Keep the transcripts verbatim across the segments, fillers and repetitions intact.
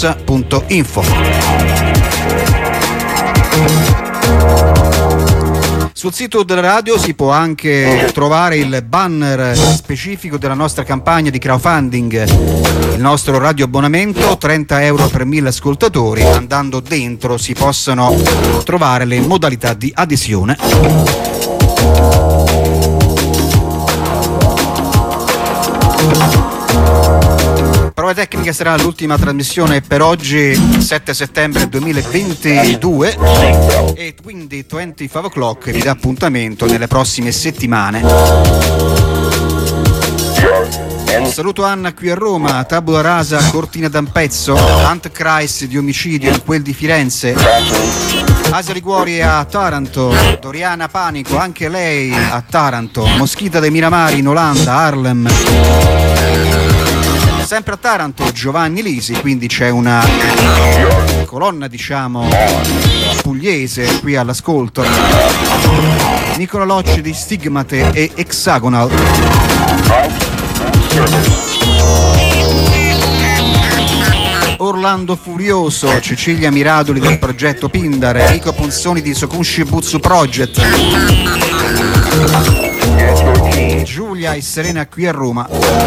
punto info. Sul sito della radio si può anche trovare il banner specifico della nostra campagna di crowdfunding, il nostro radio abbonamento, trenta euro per mille ascoltatori. Andando dentro si possono trovare le modalità di adesione. Prove tecniche sarà l'ultima trasmissione per oggi, sette settembre duemilaventidue, e quindi venticinque o'clock vi dà appuntamento nelle prossime settimane. Un saluto Anna qui a Roma, Tabula Rasa, Cortina d'Ampezzo, Antkreis di omicidio in quel di Firenze, Asia Liguori a Taranto, Doriana Panico, anche lei a Taranto, Moschita dei Miramari in Olanda, Harlem. Sempre a Taranto Giovanni Lisi, quindi c'è una colonna diciamo pugliese qui all'ascolto. Nicola Locci di Stigmate e Hexagonal. Orlando Furioso, Cecilia Miradoli del progetto Pindar, Enrico Ponzoni di Sokunshi Butsu Project, Giulia e Serena qui a Roma.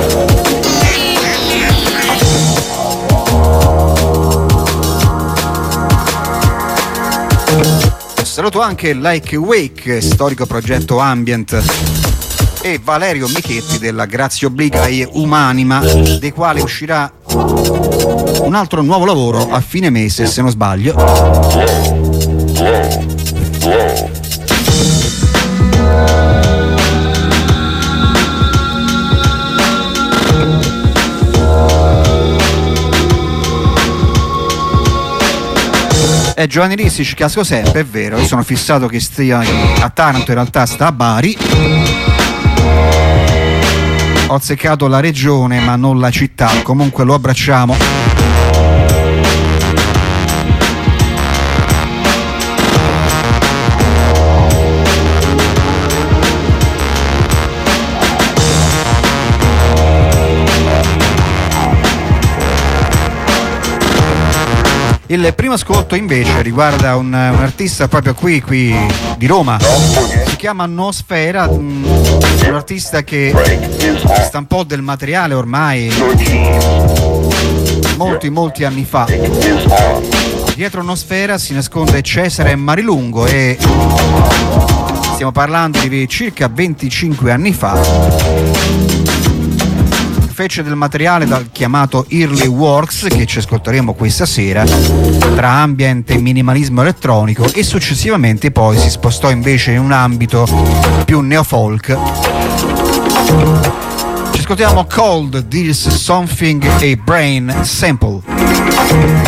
Saluto anche Like Wake, storico progetto ambient, e Valerio Michetti della Grazia Obliga e Umanima, dei quali uscirà un altro nuovo lavoro a fine mese, se non sbaglio. Eh, Giovanni Risi ci casco sempre, è vero, io sono fissato che stia a Taranto, in realtà sta a Bari. Ho azzeccato la regione ma non la città, comunque lo abbracciamo. Il primo ascolto invece riguarda un, un artista proprio qui, qui di Roma, si chiama Nosfera, un, un artista che sta un po' del materiale ormai molti molti anni fa. Dietro Nosfera si nasconde Cesare Marilungo e stiamo parlando di circa venticinque anni fa. Fece del materiale dal chiamato Early Works, che ci ascolteremo questa sera, tra ambient e minimalismo elettronico, e successivamente poi si spostò invece in un ambito più neofolk. Ci ascoltiamo Cold, This Something e Brain Sample.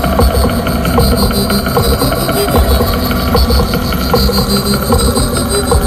Thank you.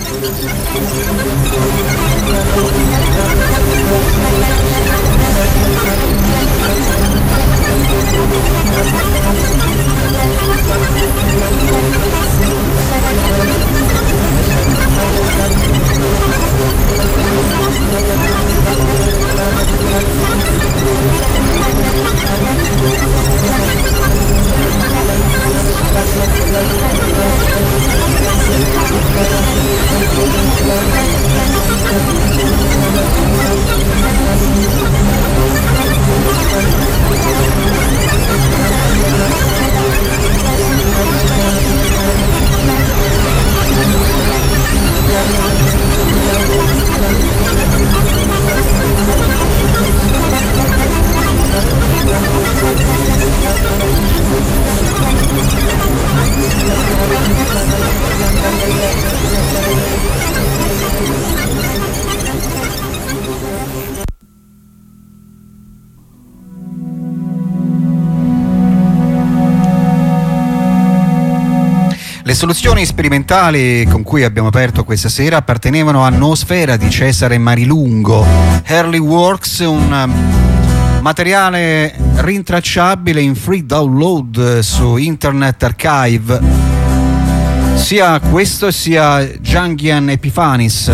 Le soluzioni sperimentali con cui abbiamo aperto questa sera appartenevano a Noosfera di Cesare Marilungo. Early Works, un materiale rintracciabile in free download su Internet Archive, sia questo sia Jungian Epiphanis.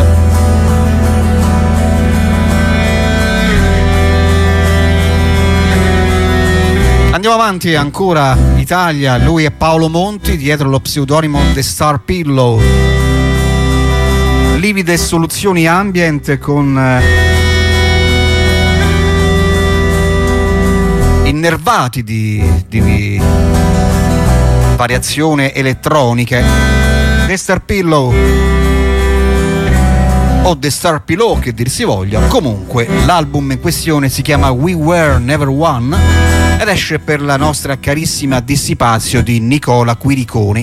Andiamo avanti, ancora Italia, lui è Paolo Monti, dietro lo pseudonimo The Star Pillow. Livide soluzioni ambient con eh, innervati di, di variazione elettroniche. The Star Pillow o The Star Pillow, che dir si voglia. Comunque l'album in questione si chiama We Were Never One ed esce per la nostra carissima Dissipazio di Nicola Quiriconi.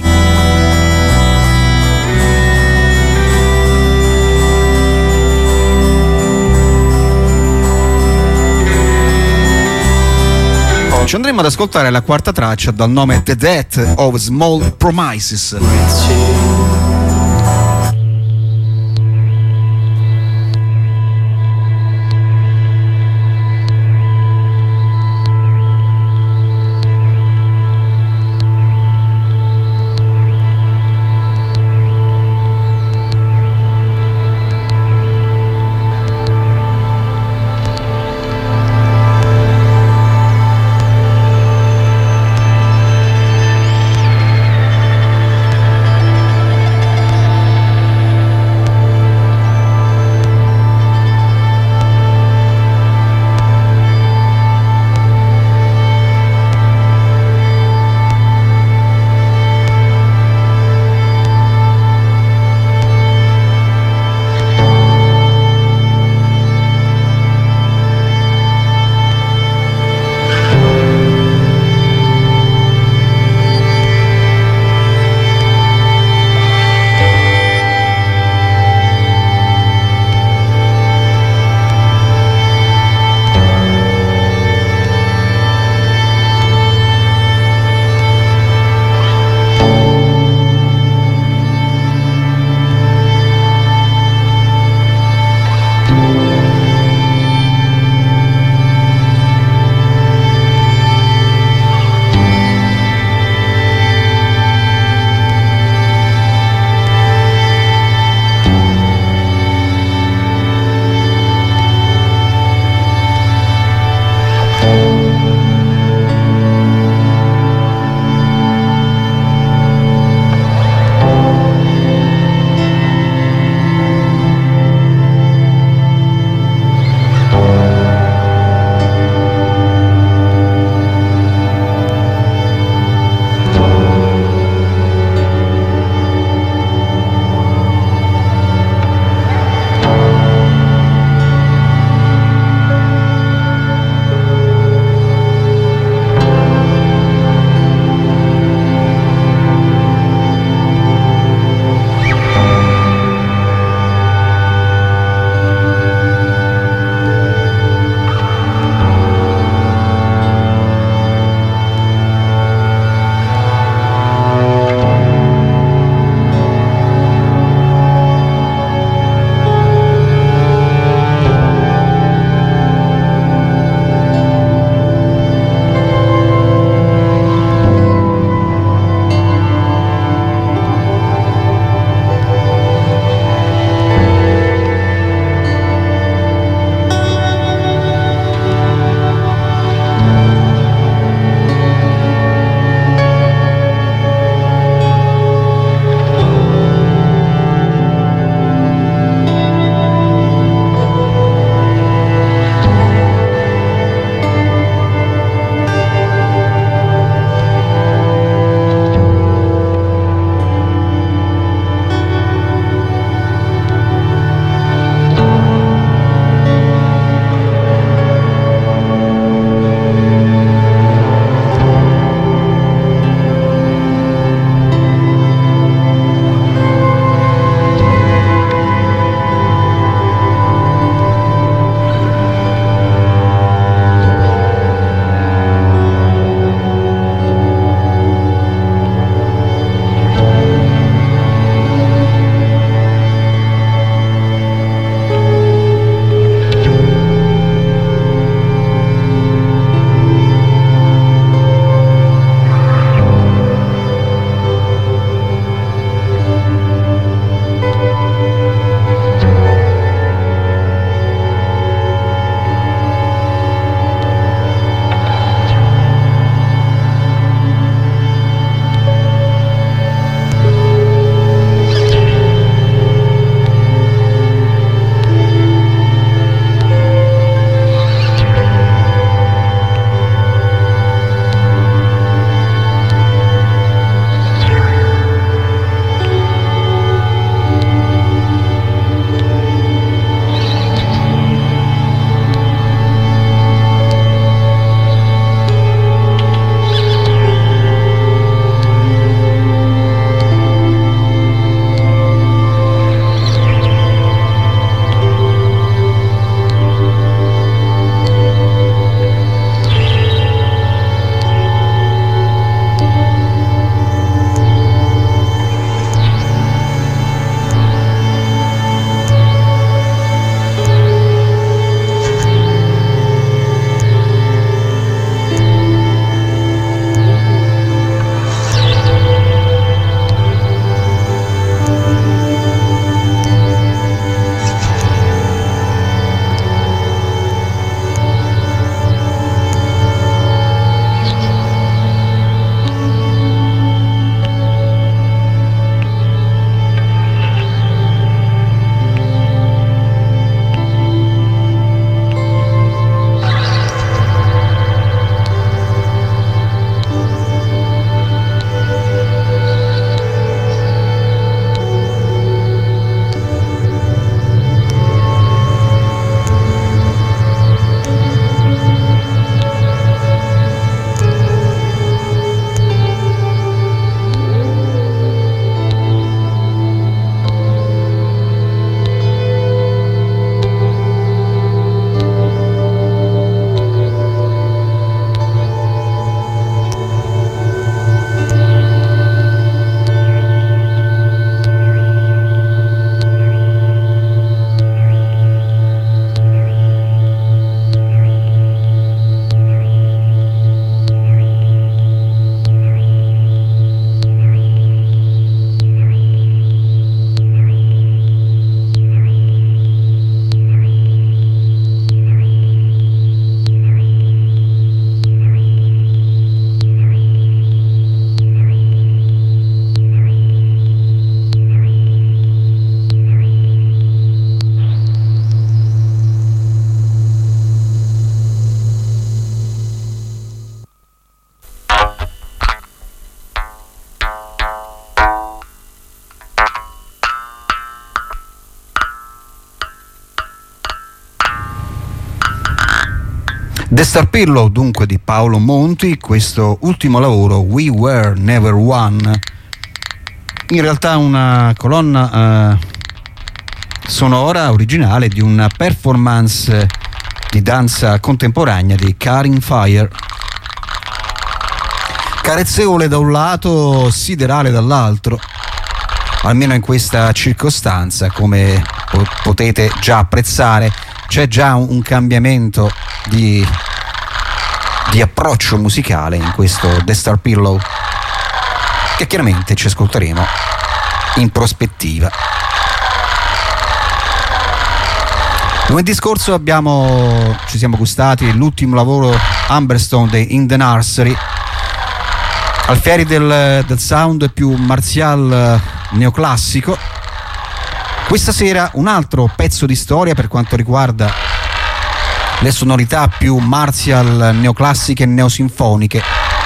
Ci andremo ad ascoltare la quarta traccia dal nome The Death of Small Promises. The Star Pillow, dunque, di Paolo Monti, questo ultimo lavoro, We Were Never One, in realtà una colonna eh, sonora originale di una performance di danza contemporanea di Karin Fire, carezzevole da un lato, siderale dall'altro, almeno in questa circostanza, come potete già apprezzare. C'è già un cambiamento di, di approccio musicale in questo The Star Pillow, che chiaramente ci ascolteremo in prospettiva. Lunedì scorso abbiamo, ci siamo gustati l'ultimo lavoro Humberstone dei In the Nursery, al fieri del, del sound più martial neoclassico. Questa sera un altro pezzo di storia per quanto riguarda le sonorità più martial neoclassiche e neosinfoniche,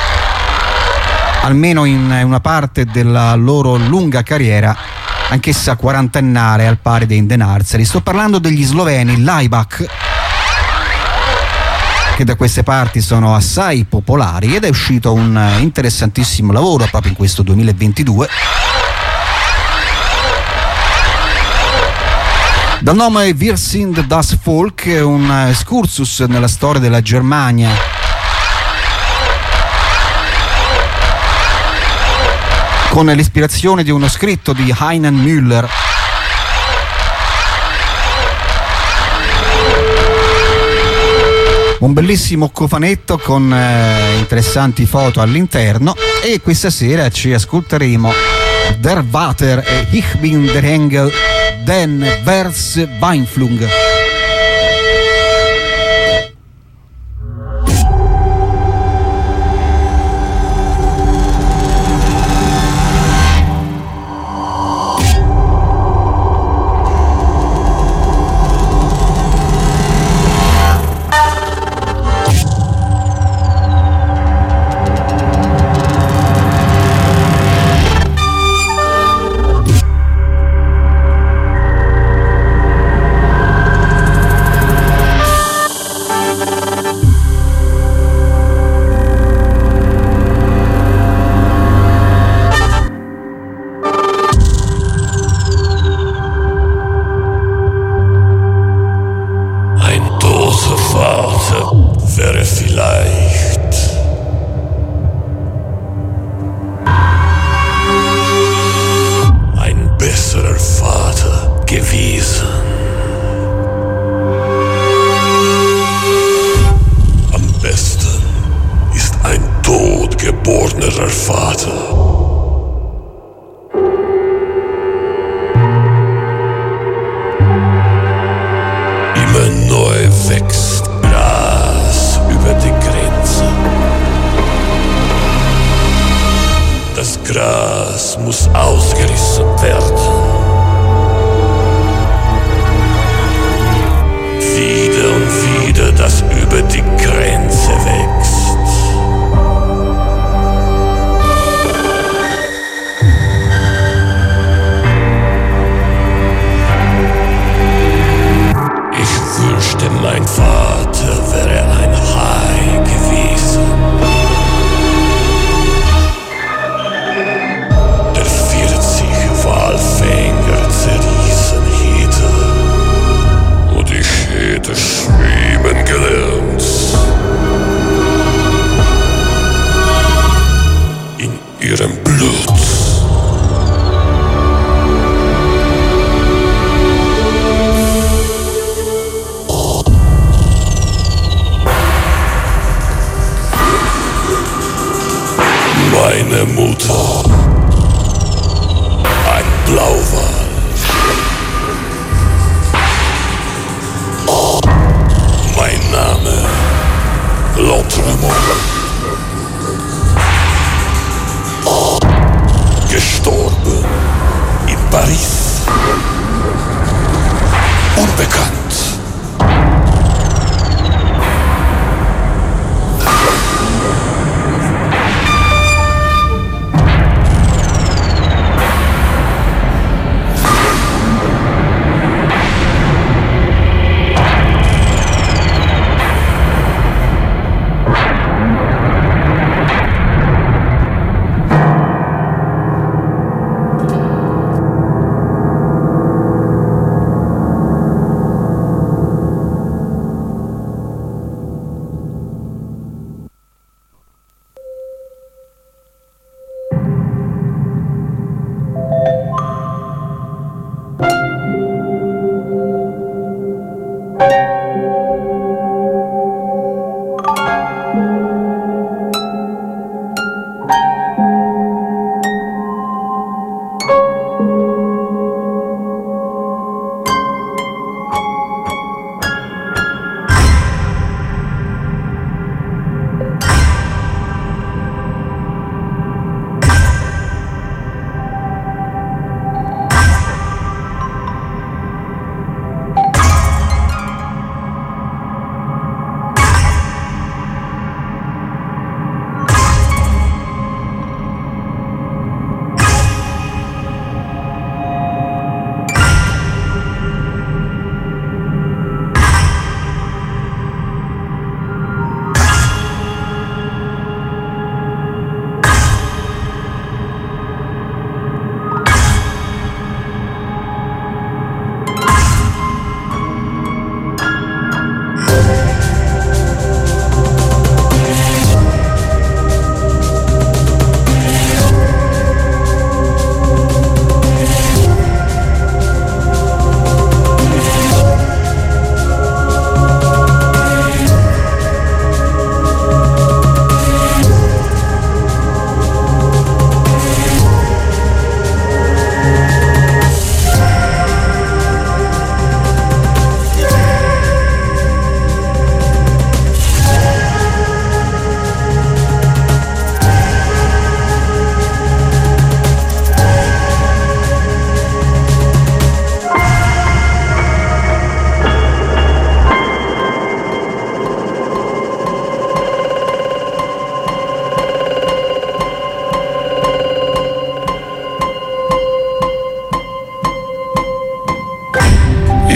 almeno in una parte della loro lunga carriera, anch'essa quarantennale al pari dei In the Nursery. Sto parlando degli sloveni Laibach, che da queste parti sono assai popolari, ed è uscito un interessantissimo lavoro proprio in questo duemilaventidue dal nome Wir sind das Volk, un excursus nella storia della Germania con l'ispirazione di uno scritto di Heinen Müller. Un bellissimo cofanetto con eh, interessanti foto all'interno, e questa sera ci ascolteremo Der Vater e Ich bin der Engel, den Vers Weinflung.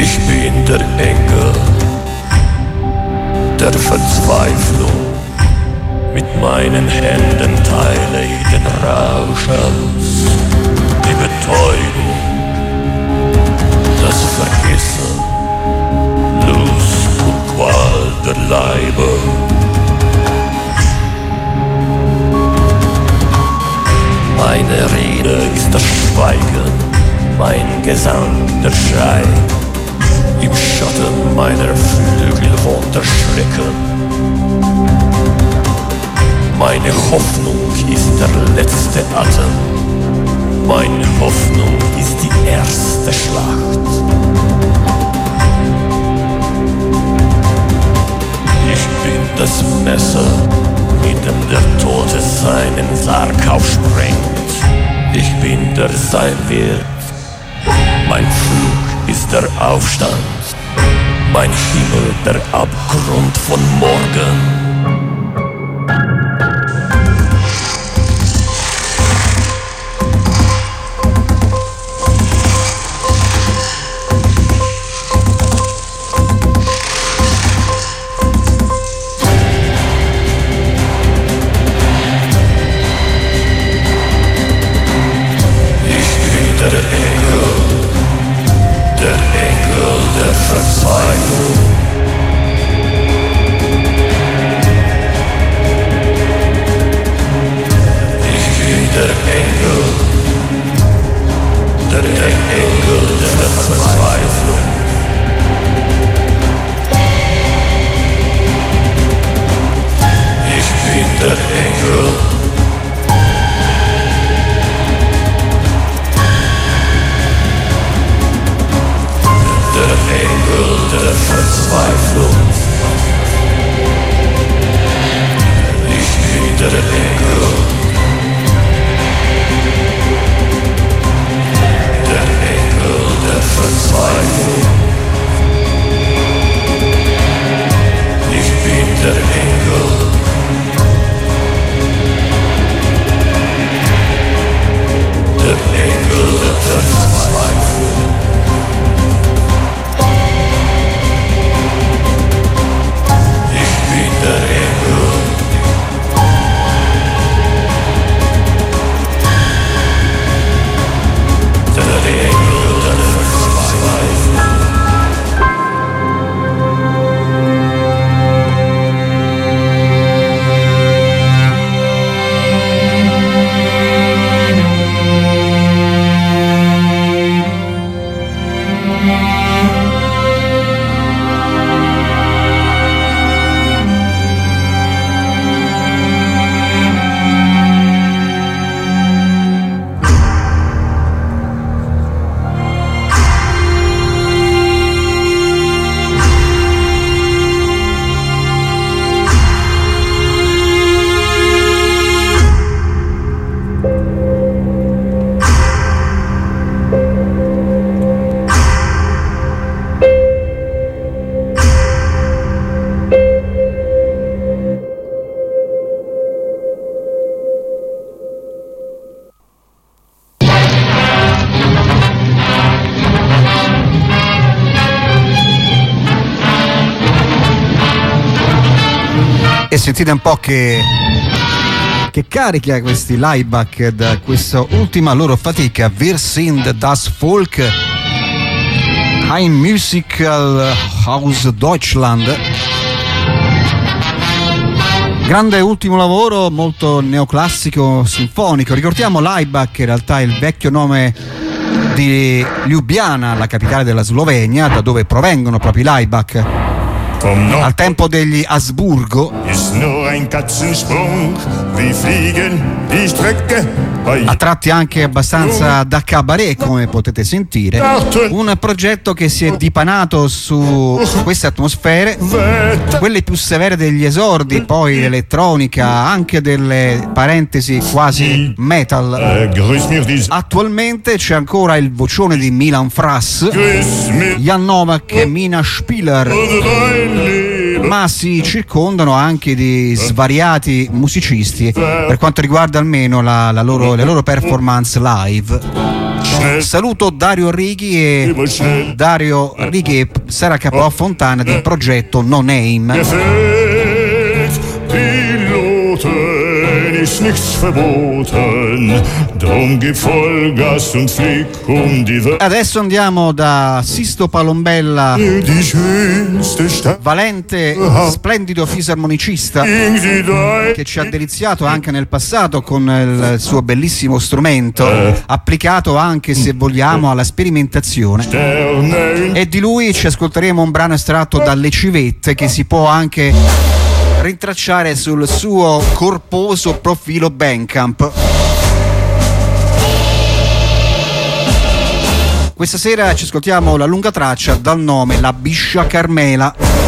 Ich bin der Engel der Verzweiflung. Mit meinen Händen teile ich den Rausch aus, die Betäubung, das Vergessen, Lust und Qual der Leiber. Meine Rede ist das Schweigen, mein Gesang der Schrei. Im Schatten meiner Flügel wohnt der Schrecken. Meine Hoffnung ist der letzte Atem. Meine Hoffnung ist die erste Schlacht. Ich bin das Messer, mit dem der Tote seinen Sarg aufsprengt. Ich bin der sein wird. Mein Flug ist der Aufstand. Mein Himmel der Abgrund von morgen. E sentite un po' che che carica questi Laibach da questa ultima loro fatica, Wir sind das Volk, ein Musical Haus Deutschland. Grande ultimo lavoro, molto neoclassico, sinfonico. Ricordiamo Laibach, in realtà è il vecchio nome di Ljubljana, la capitale della Slovenia, da dove provengono proprio i Laibach. Al tempo degli Asburgo, a tratti anche abbastanza da cabaret, come potete sentire, un progetto che si è dipanato su queste atmosfere, quelle più severe degli esordi, poi l'elettronica, anche delle parentesi quasi metal. Attualmente c'è ancora il vocione di Milan Frass, Jan Novak e Mina Spieler, ma si circondano anche di svariati musicisti per quanto riguarda almeno la, la loro, le loro performance live. Saluto Dario Righi e Dario Righi e Sara Capò Fontana del progetto No Name. Ist nichts verboten, drum gib Vollgas und flieg um die Welt. Adesso andiamo da Sisto Palombella, valente, splendido fisarmonicista che ci ha deliziato anche nel passato con il suo bellissimo strumento, applicato anche, se vogliamo, alla sperimentazione. E di lui ci ascolteremo un brano estratto dalle Civette che si può anche rintracciare sul suo corposo profilo Bandcamp. Questa sera ci ascoltiamo la lunga traccia dal nome La Biscia Carmela.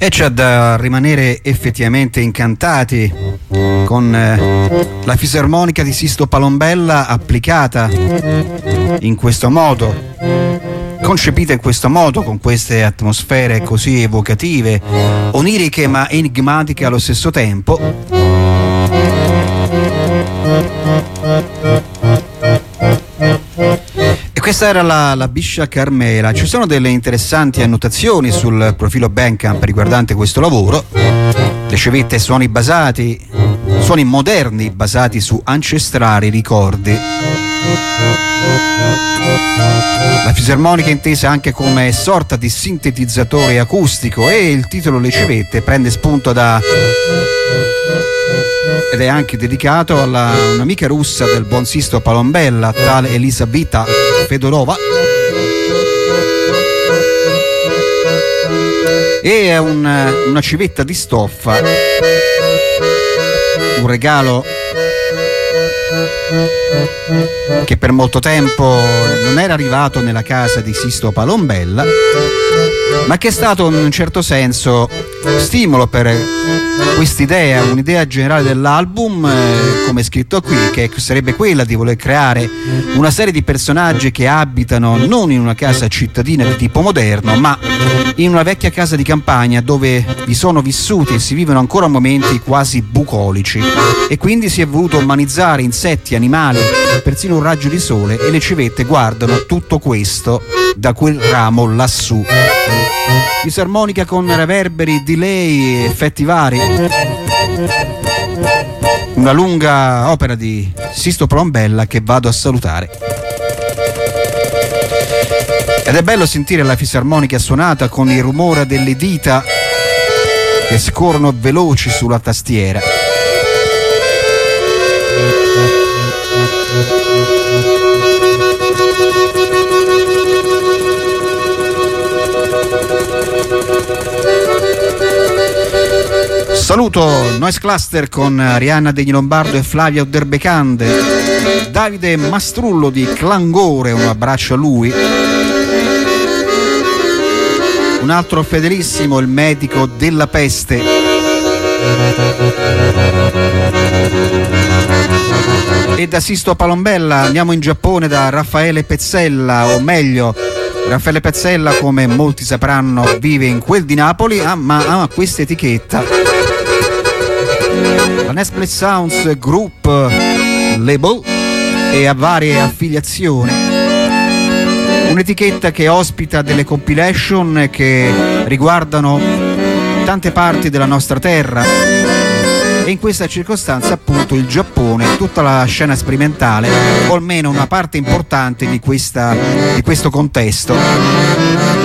E c'è da rimanere effettivamente incantati con eh, la fisarmonica di Sisto Palombella applicata in questo modo, concepita in questo modo, con queste atmosfere così evocative, oniriche ma enigmatiche allo stesso tempo. E questa era la, la Biscia Carmela. Ci sono delle interessanti annotazioni sul profilo Bandcamp riguardante questo lavoro. Le civette suoni basati, suoni moderni basati su ancestrali ricordi. La fisarmonica intesa anche come sorta di sintetizzatore acustico, e il titolo Le civette prende spunto da ed è anche dedicato alla un'amica russa del buon Sisto Palombella, tale Elisabetta Fedorova, e è un, una civetta di stoffa, un regalo che per molto tempo non era arrivato nella casa di Sisto Palombella, ma che è stato in un certo senso stimolo per quest'idea, un'idea generale dell'album, eh, come è scritto qui, che sarebbe quella di voler creare una serie di personaggi che abitano non in una casa cittadina di tipo moderno, ma in una vecchia casa di campagna dove vi sono vissuti e si vivono ancora momenti quasi bucolici, e quindi si è voluto umanizzare insetti, animali, persino un raggio di sole, e le civette guardano tutto questo da quel ramo lassù. Fisarmonica con reverberi, delay, effetti vari. Una lunga opera di Sisto Palombella che vado a salutare. Ed è bello sentire la fisarmonica suonata con il rumore delle dita che scorrono veloci sulla tastiera. Saluto Noise Cluster con Arianna Degni Lombardo e Flavia Derbecande, Davide Mastrullo di Clangore, un abbraccio a lui. Un altro fedelissimo, il medico della peste. E da Sisto Palombella andiamo in Giappone da Raffaele Pezzella, o meglio Raffaele Pezzella, come molti sapranno, vive in quel di Napoli, ah, ma ha ah, questa etichetta, la Nesple Sounds Group Label, e ha varie affiliazioni. Un'etichetta che ospita delle compilation che riguardano tante parti della nostra terra, e in questa circostanza appunto il Giappone, tutta la scena sperimentale, o almeno una parte importante di, questa, di questo contesto.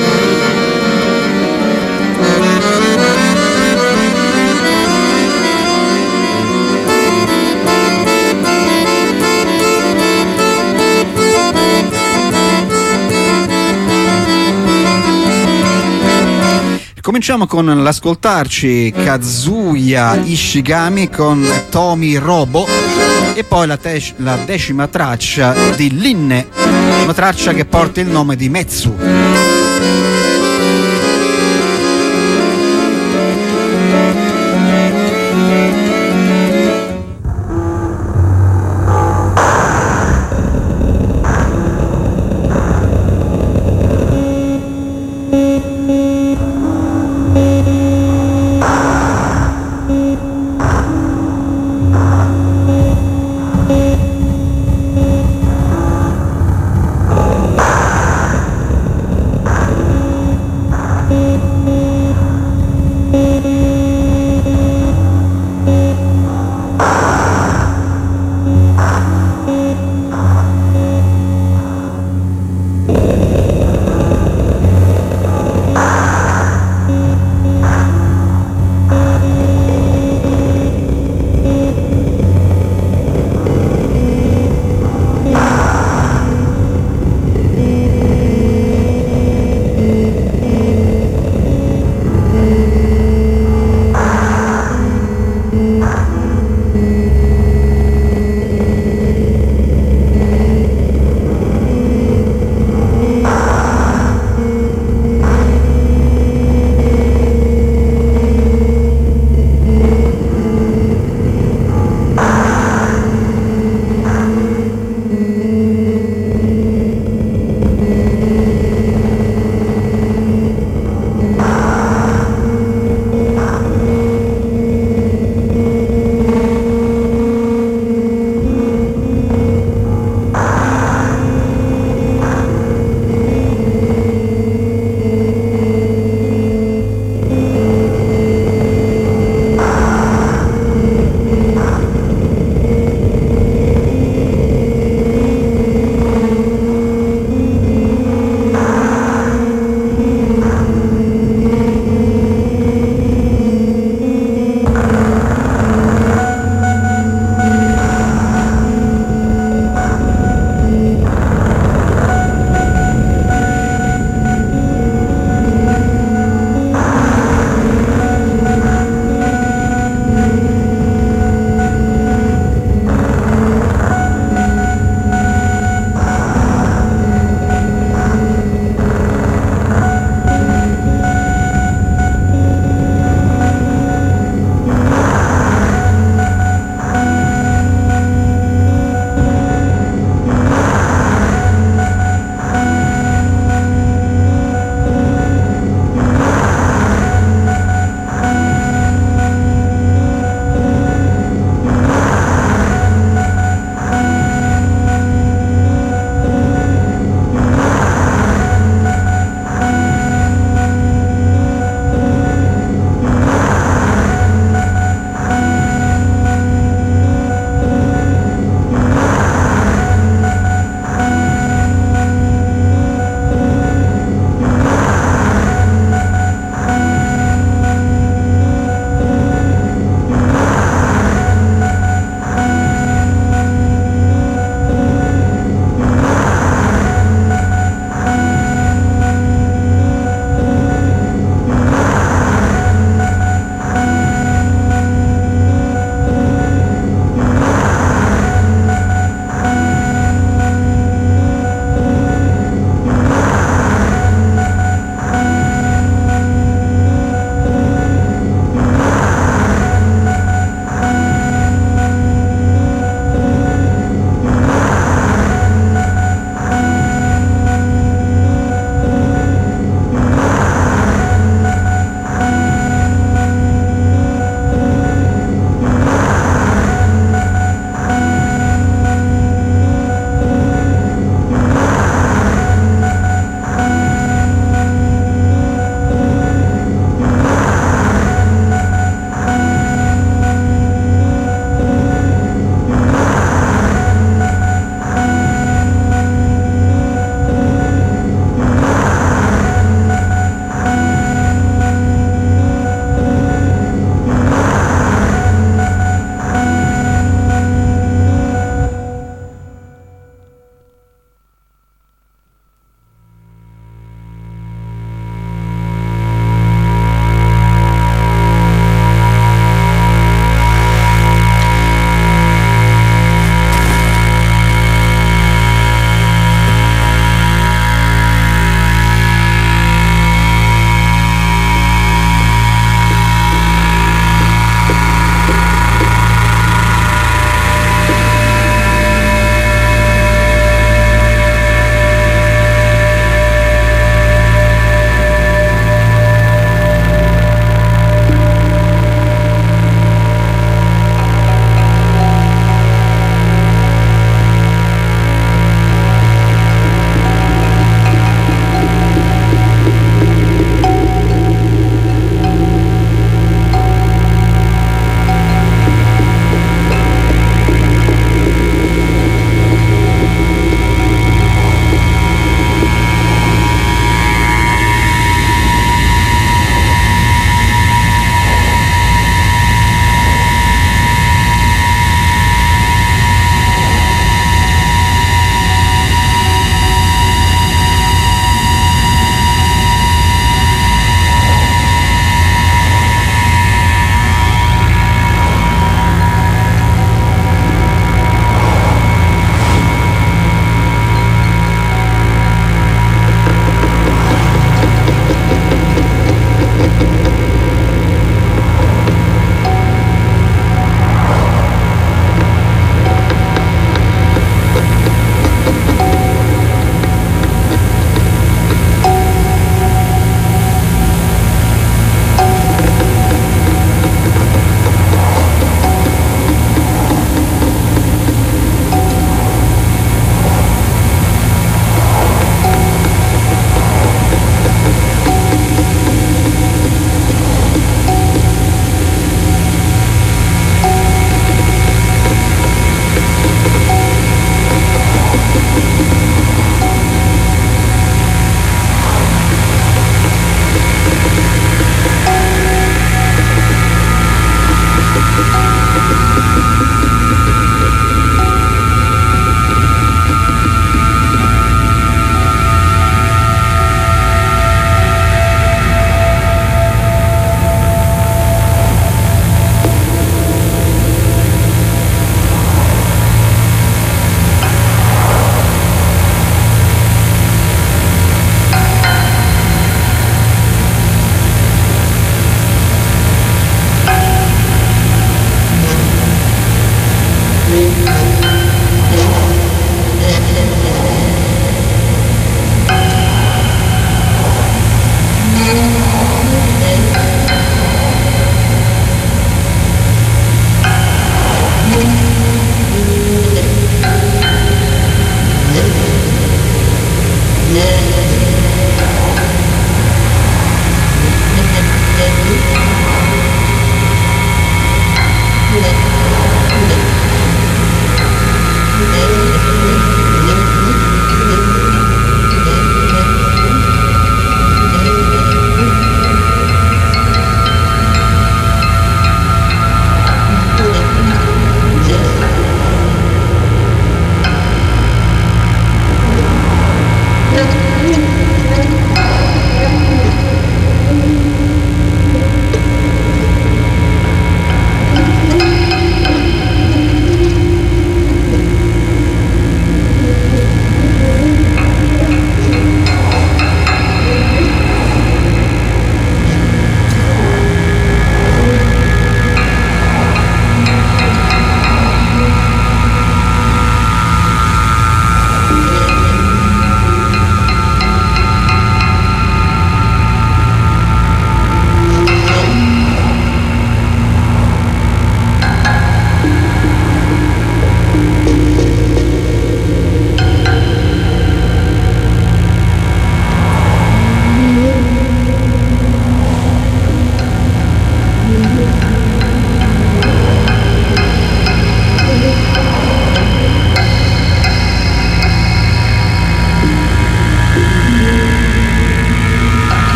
Cominciamo con l'ascoltarci Kazuya Ishigami con Tomi Robo, e poi la, te- la decima traccia di Linne, una traccia che porta il nome di Metsu.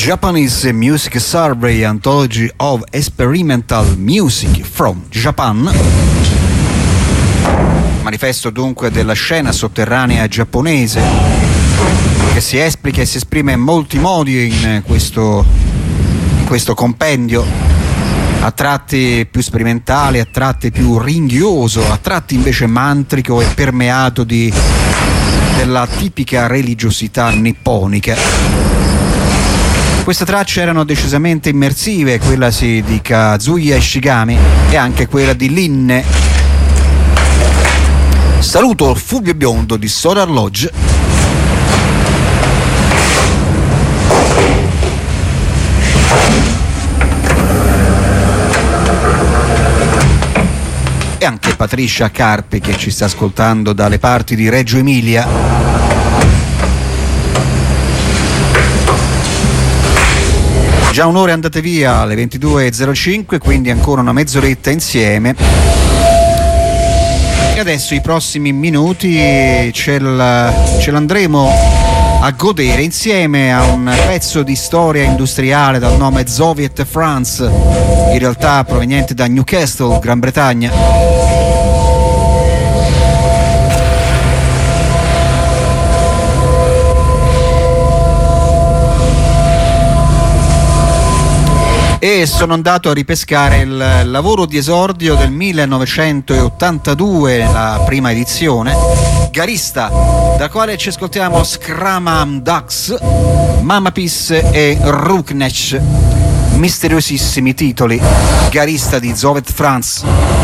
Japanese Music Survey Anthology of Experimental Music from Japan. Manifesto dunque della scena sotterranea giapponese, che si esplica e si esprime in molti modi in questo, in questo compendio, a tratti più sperimentale, a tratti più ringhioso, a tratti invece mantrico e permeato di, della tipica religiosità nipponica. Queste tracce erano decisamente immersive, quella sì di Kazuya Ishigami e anche quella di Linne. Saluto il Fulvio Biondo di Solar Lodge. E anche Patricia Carpi che ci sta ascoltando dalle parti di Reggio Emilia. Già un'ora andate via alle ventidue e zero cinque, quindi ancora una mezz'oretta insieme. E adesso i prossimi minuti ce, ce l'andremo a godere insieme a un pezzo di storia industriale dal nome Soviet France, in realtà proveniente da Newcastle, Gran Bretagna. E sono andato a ripescare il lavoro di esordio del millenovecentottantadue, la prima edizione, Garista, da quale ci ascoltiamo Scramam Dax, Mama Peace e Ruknech, misteriosissimi titoli, Garista di Soviet France.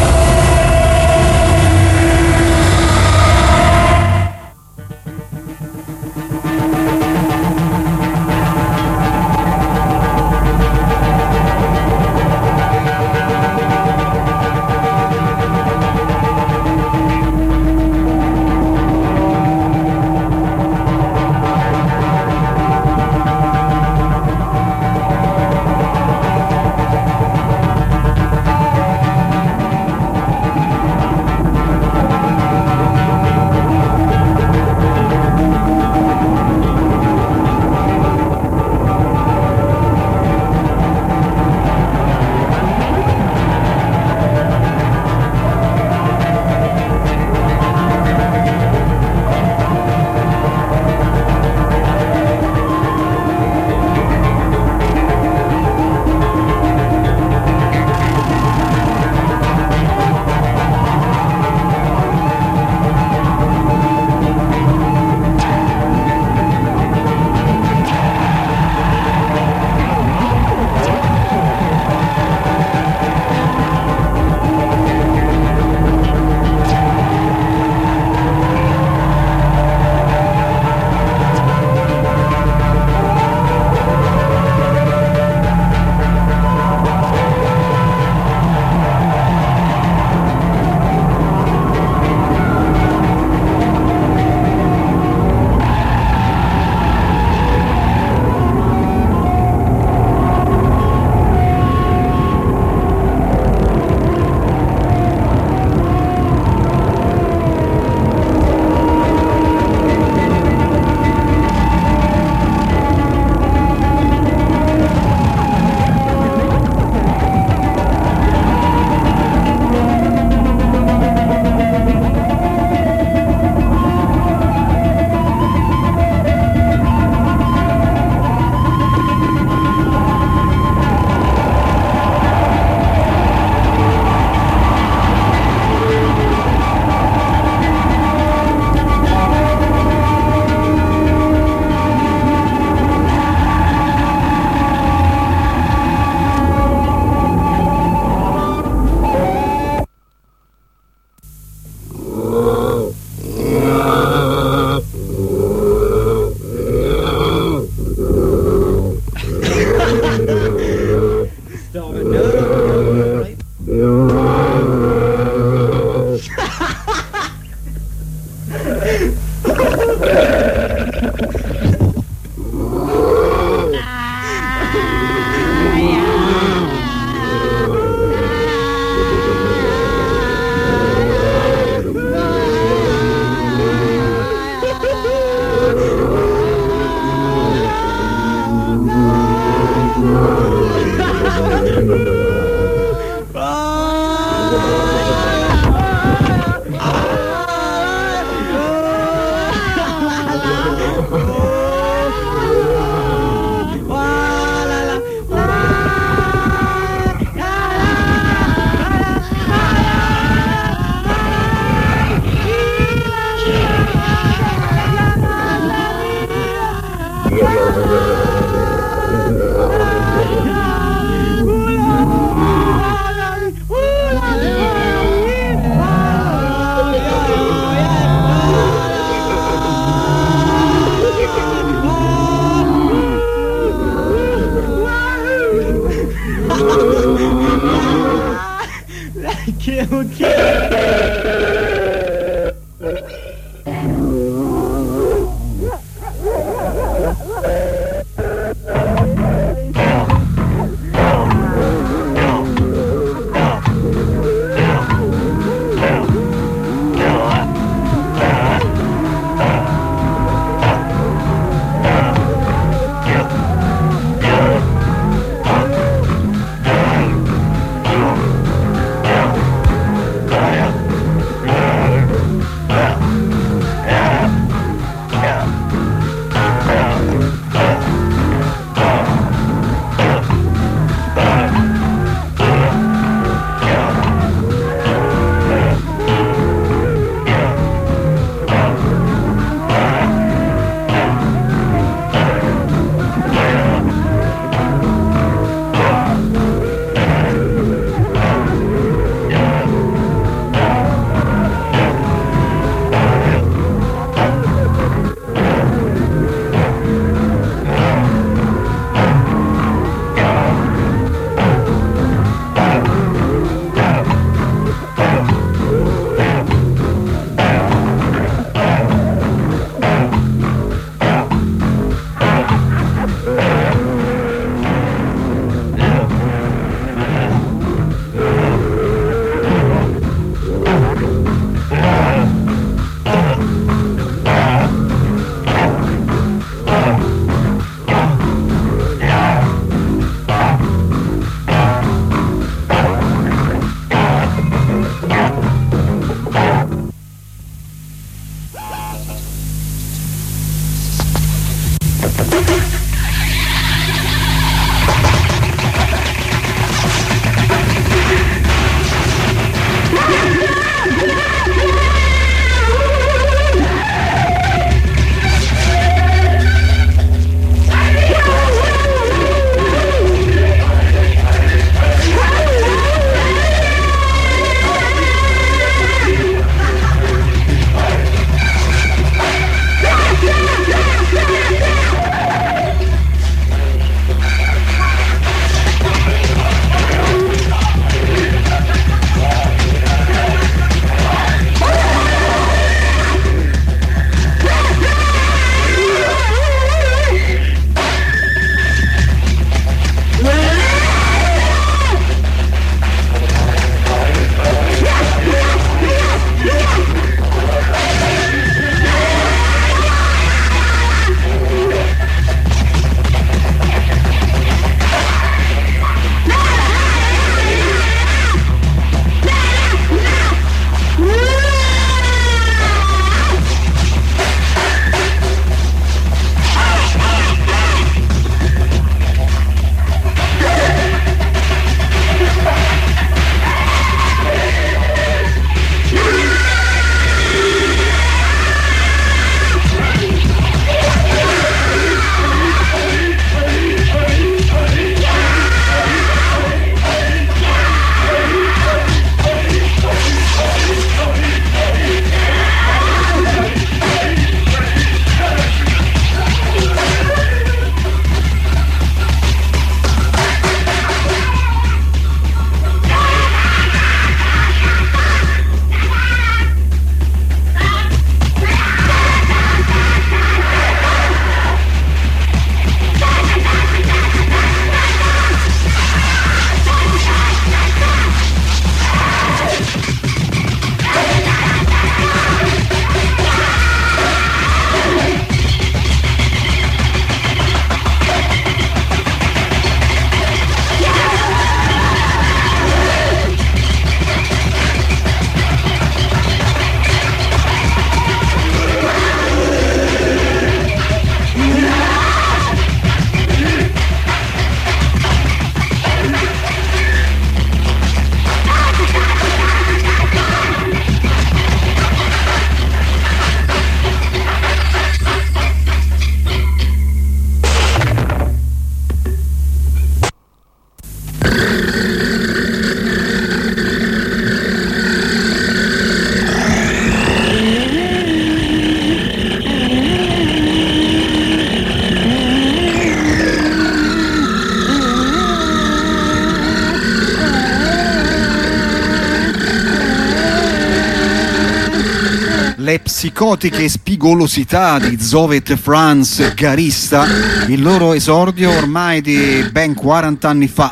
le psicotiche spigolosità di Zovet Franz Garista, il loro esordio ormai di ben quaranta anni fa.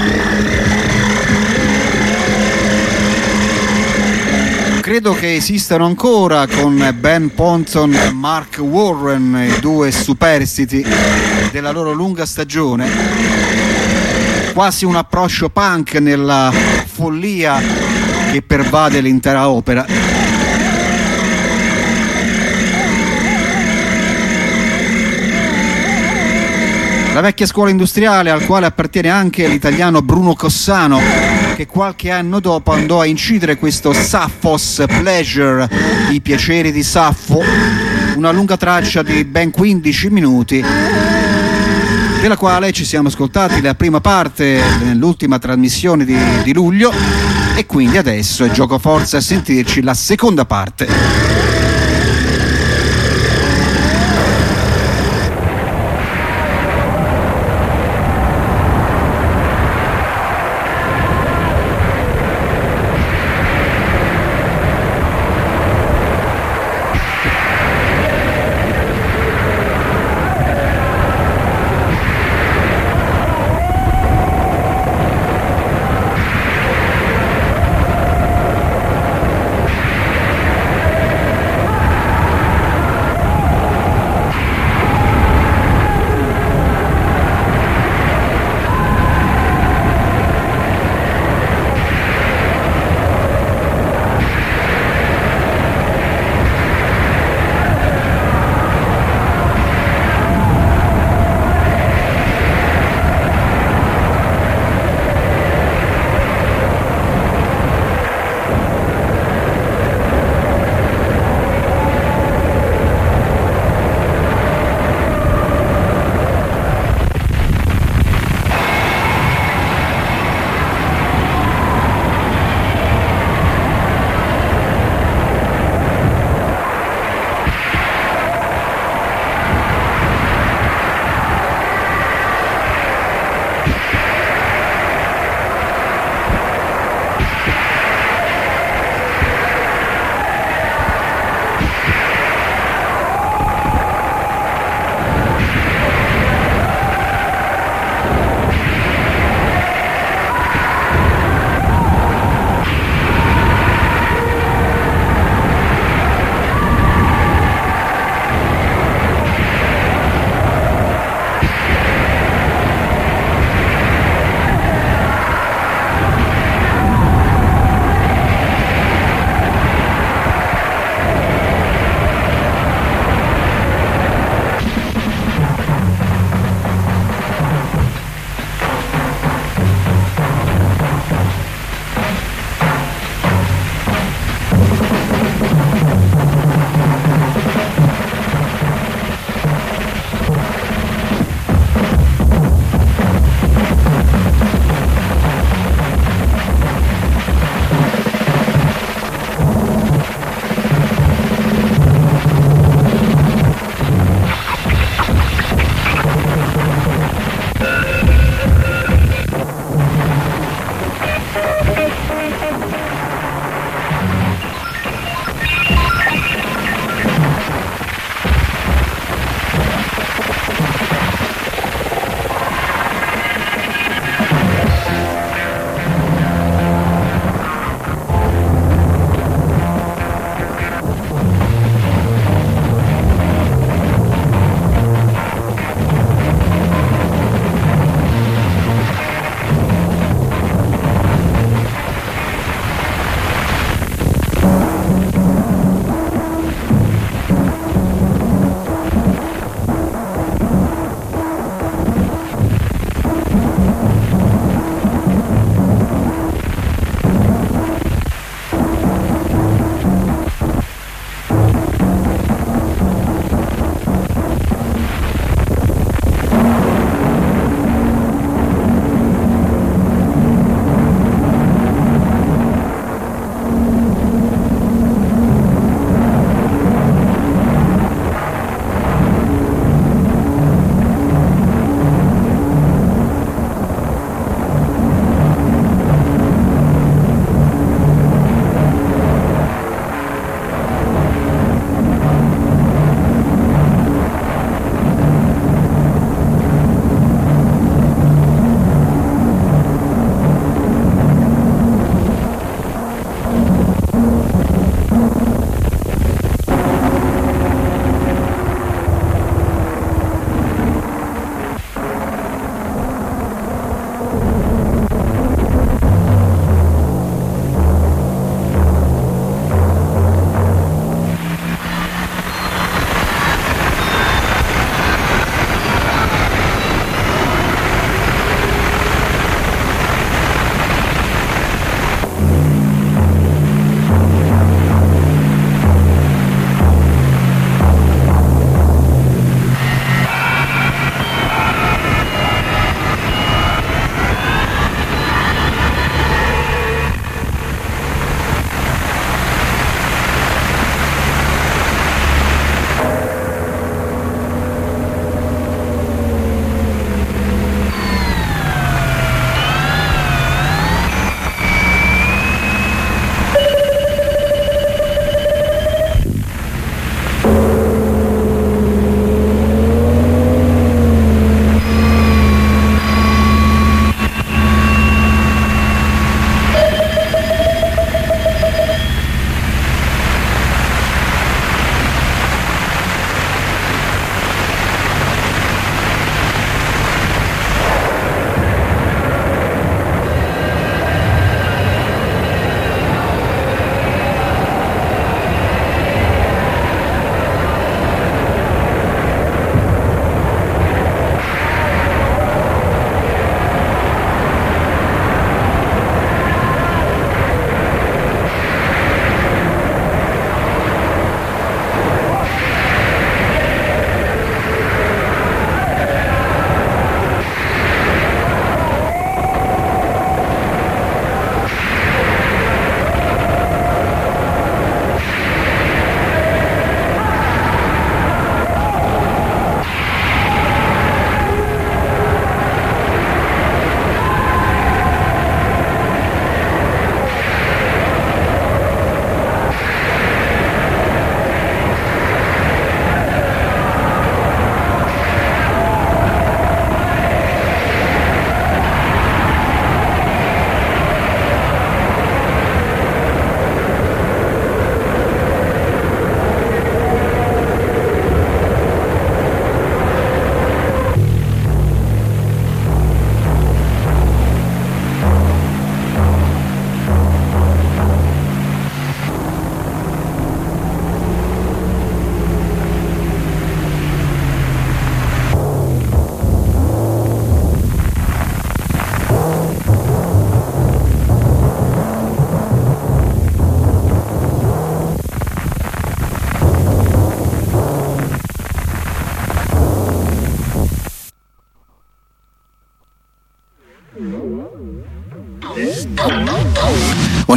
Credo che esistano ancora con Ben Ponton e Mark Warren, i due superstiti della loro lunga stagione. Quasi un approccio punk nella follia che pervade l'intera opera. La vecchia scuola industriale al quale appartiene anche l'italiano Bruno Cossano, che qualche anno dopo andò a incidere questo Sappho's Pleasure, i piaceri di Saffo, una lunga traccia di ben quindici minuti, della quale ci siamo ascoltati la prima parte nell'ultima trasmissione di, di luglio, e quindi adesso è gioco forza a sentirci la seconda parte.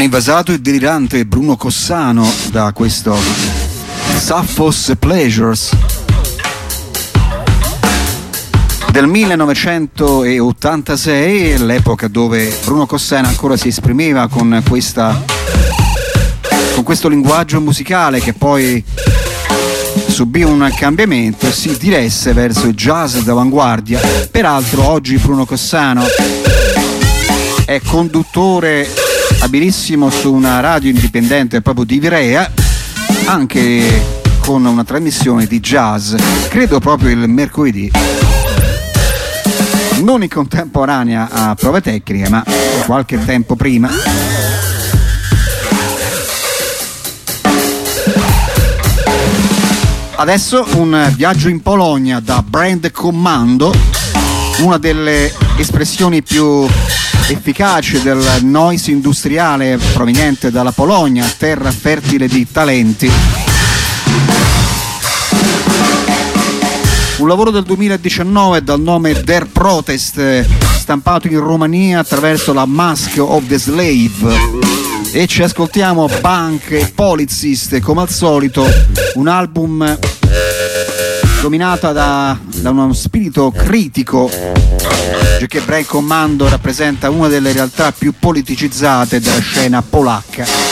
invasato e delirante Bruno Cossano da questo Sappho's Pleasures del millenovecentottantasei, l'epoca dove Bruno Cossano ancora si esprimeva con questa con questo linguaggio musicale che poi subì un cambiamento e si diresse verso il jazz d'avanguardia. Peraltro oggi Bruno Cossano è conduttore abilissimo su una radio indipendente proprio di Ivrea, anche con una trasmissione di jazz, credo proprio il mercoledì, non in contemporanea a Prove Tecniche ma qualche tempo prima. Adesso un viaggio in Polonia da Brand Commando, una delle espressioni più efficaci del noise industriale proveniente dalla Polonia, terra fertile di talenti. Un lavoro del duemiladiciannove dal nome Der Protest, stampato in Romania attraverso la Mask of the Slave. E ci ascoltiamo Punk e Polizist, come al solito, un album dominato da, da uno spirito critico, perché Brand Commando rappresenta una delle realtà più politicizzate della scena polacca.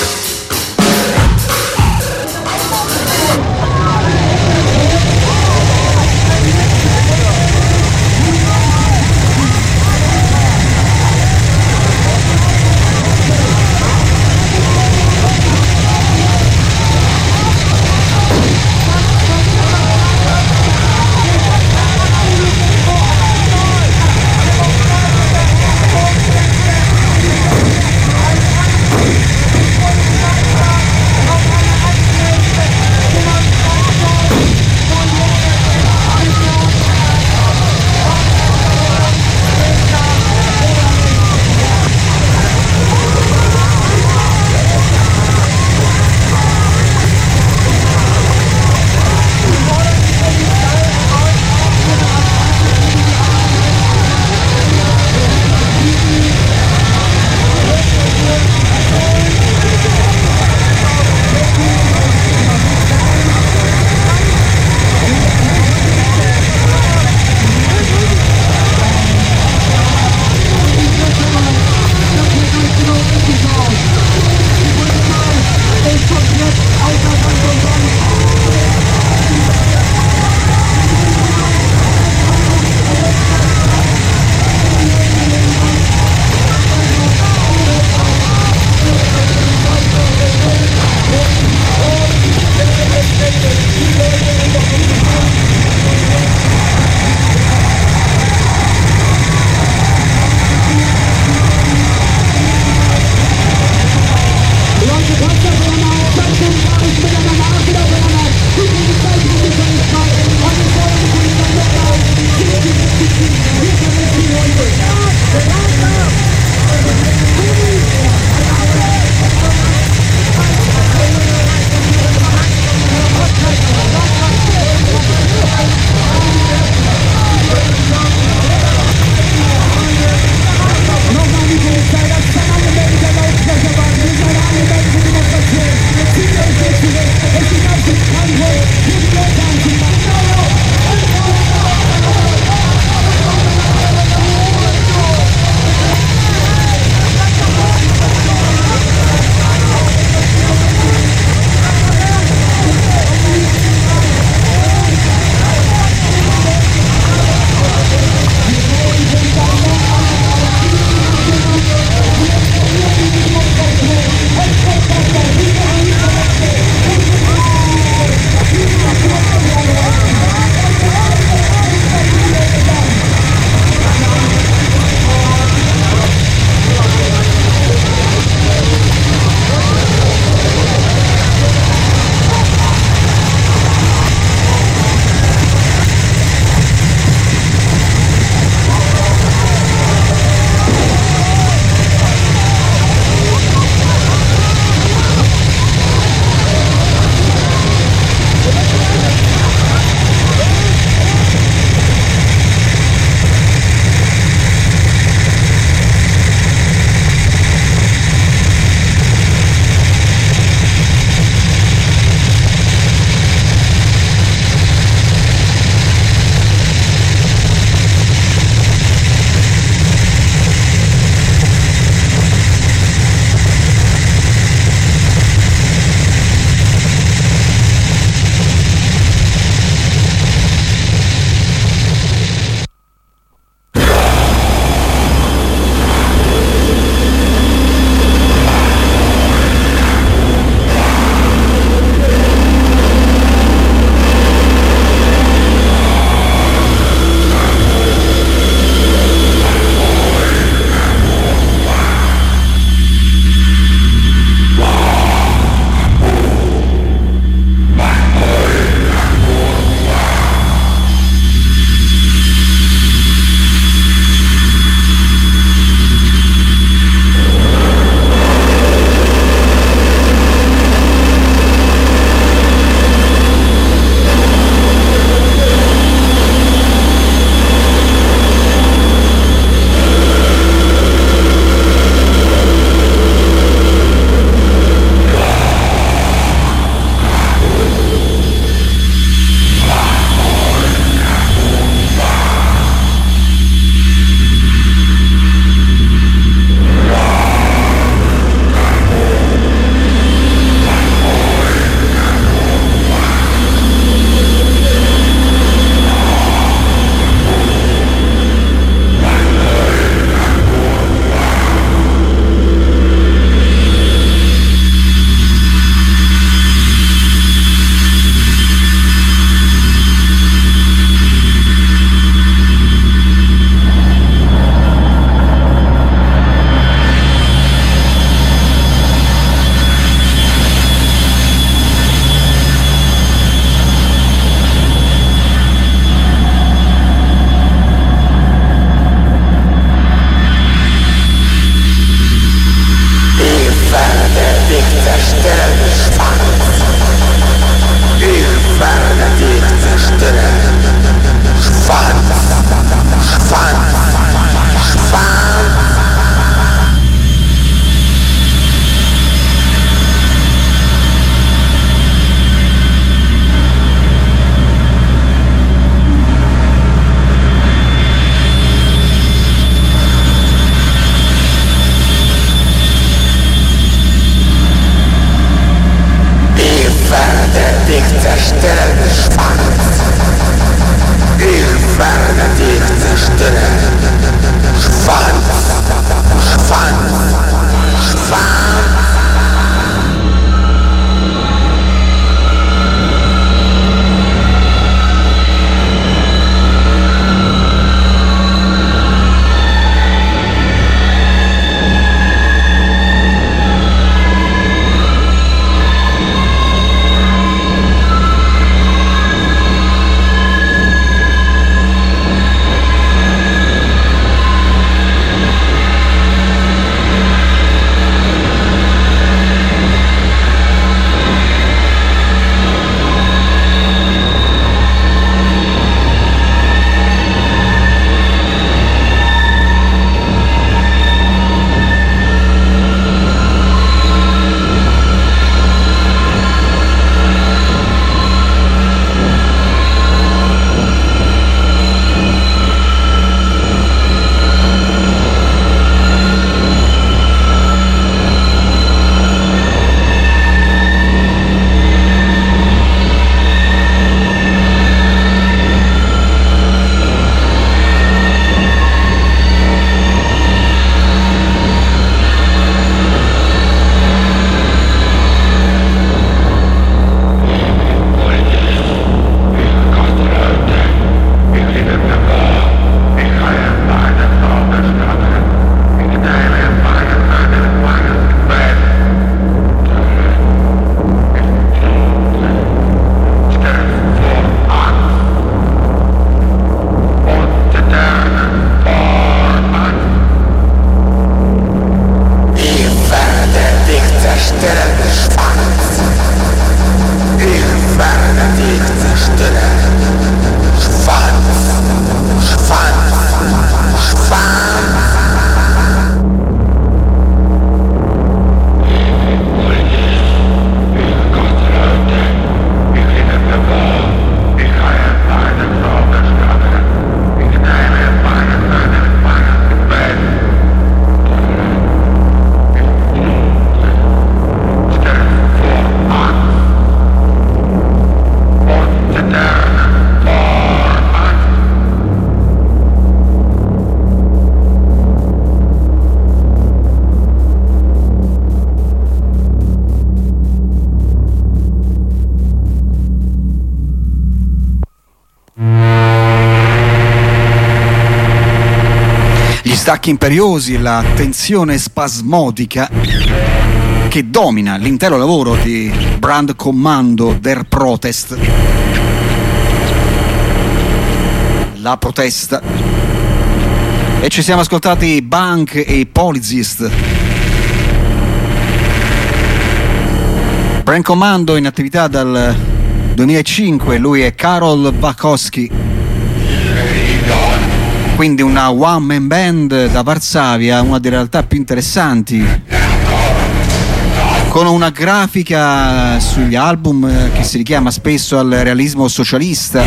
zerstören, Schwanz. Ich werde dich zerstören. Schwanz, Schwanz, Schwanz. Stacchi imperiosi, la tensione spasmodica che domina l'intero lavoro di Brand Commando Der Protest. La protesta. E ci siamo ascoltati Bank e Polizist. Brand Commando in attività dal duemilacinque, lui è Karol Wachowski. Quindi una one man band da Varsavia, una delle realtà più interessanti, con una grafica sugli album che si richiama spesso al realismo socialista,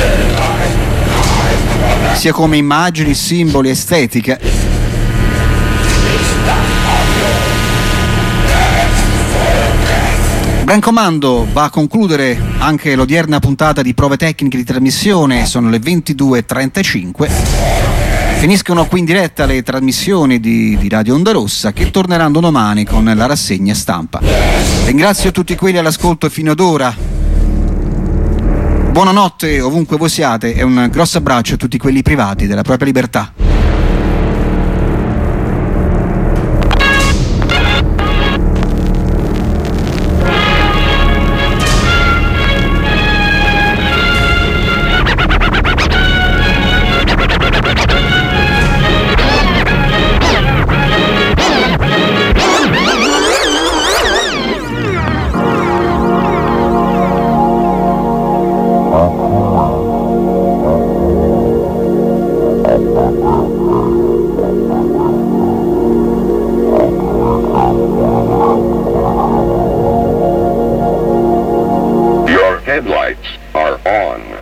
sia come immagini, simboli, estetica. Brand Commando va a concludere anche l'odierna puntata di prove tecniche di trasmissione, sono le ventidue e trentacinque. Finiscono qui in diretta le trasmissioni di, di Radio Onda Rossa, che torneranno domani con la rassegna stampa. Ringrazio tutti quelli all'ascolto fino ad ora. Buonanotte ovunque voi siate e un grosso abbraccio a tutti quelli privati della propria libertà. Headlights are on.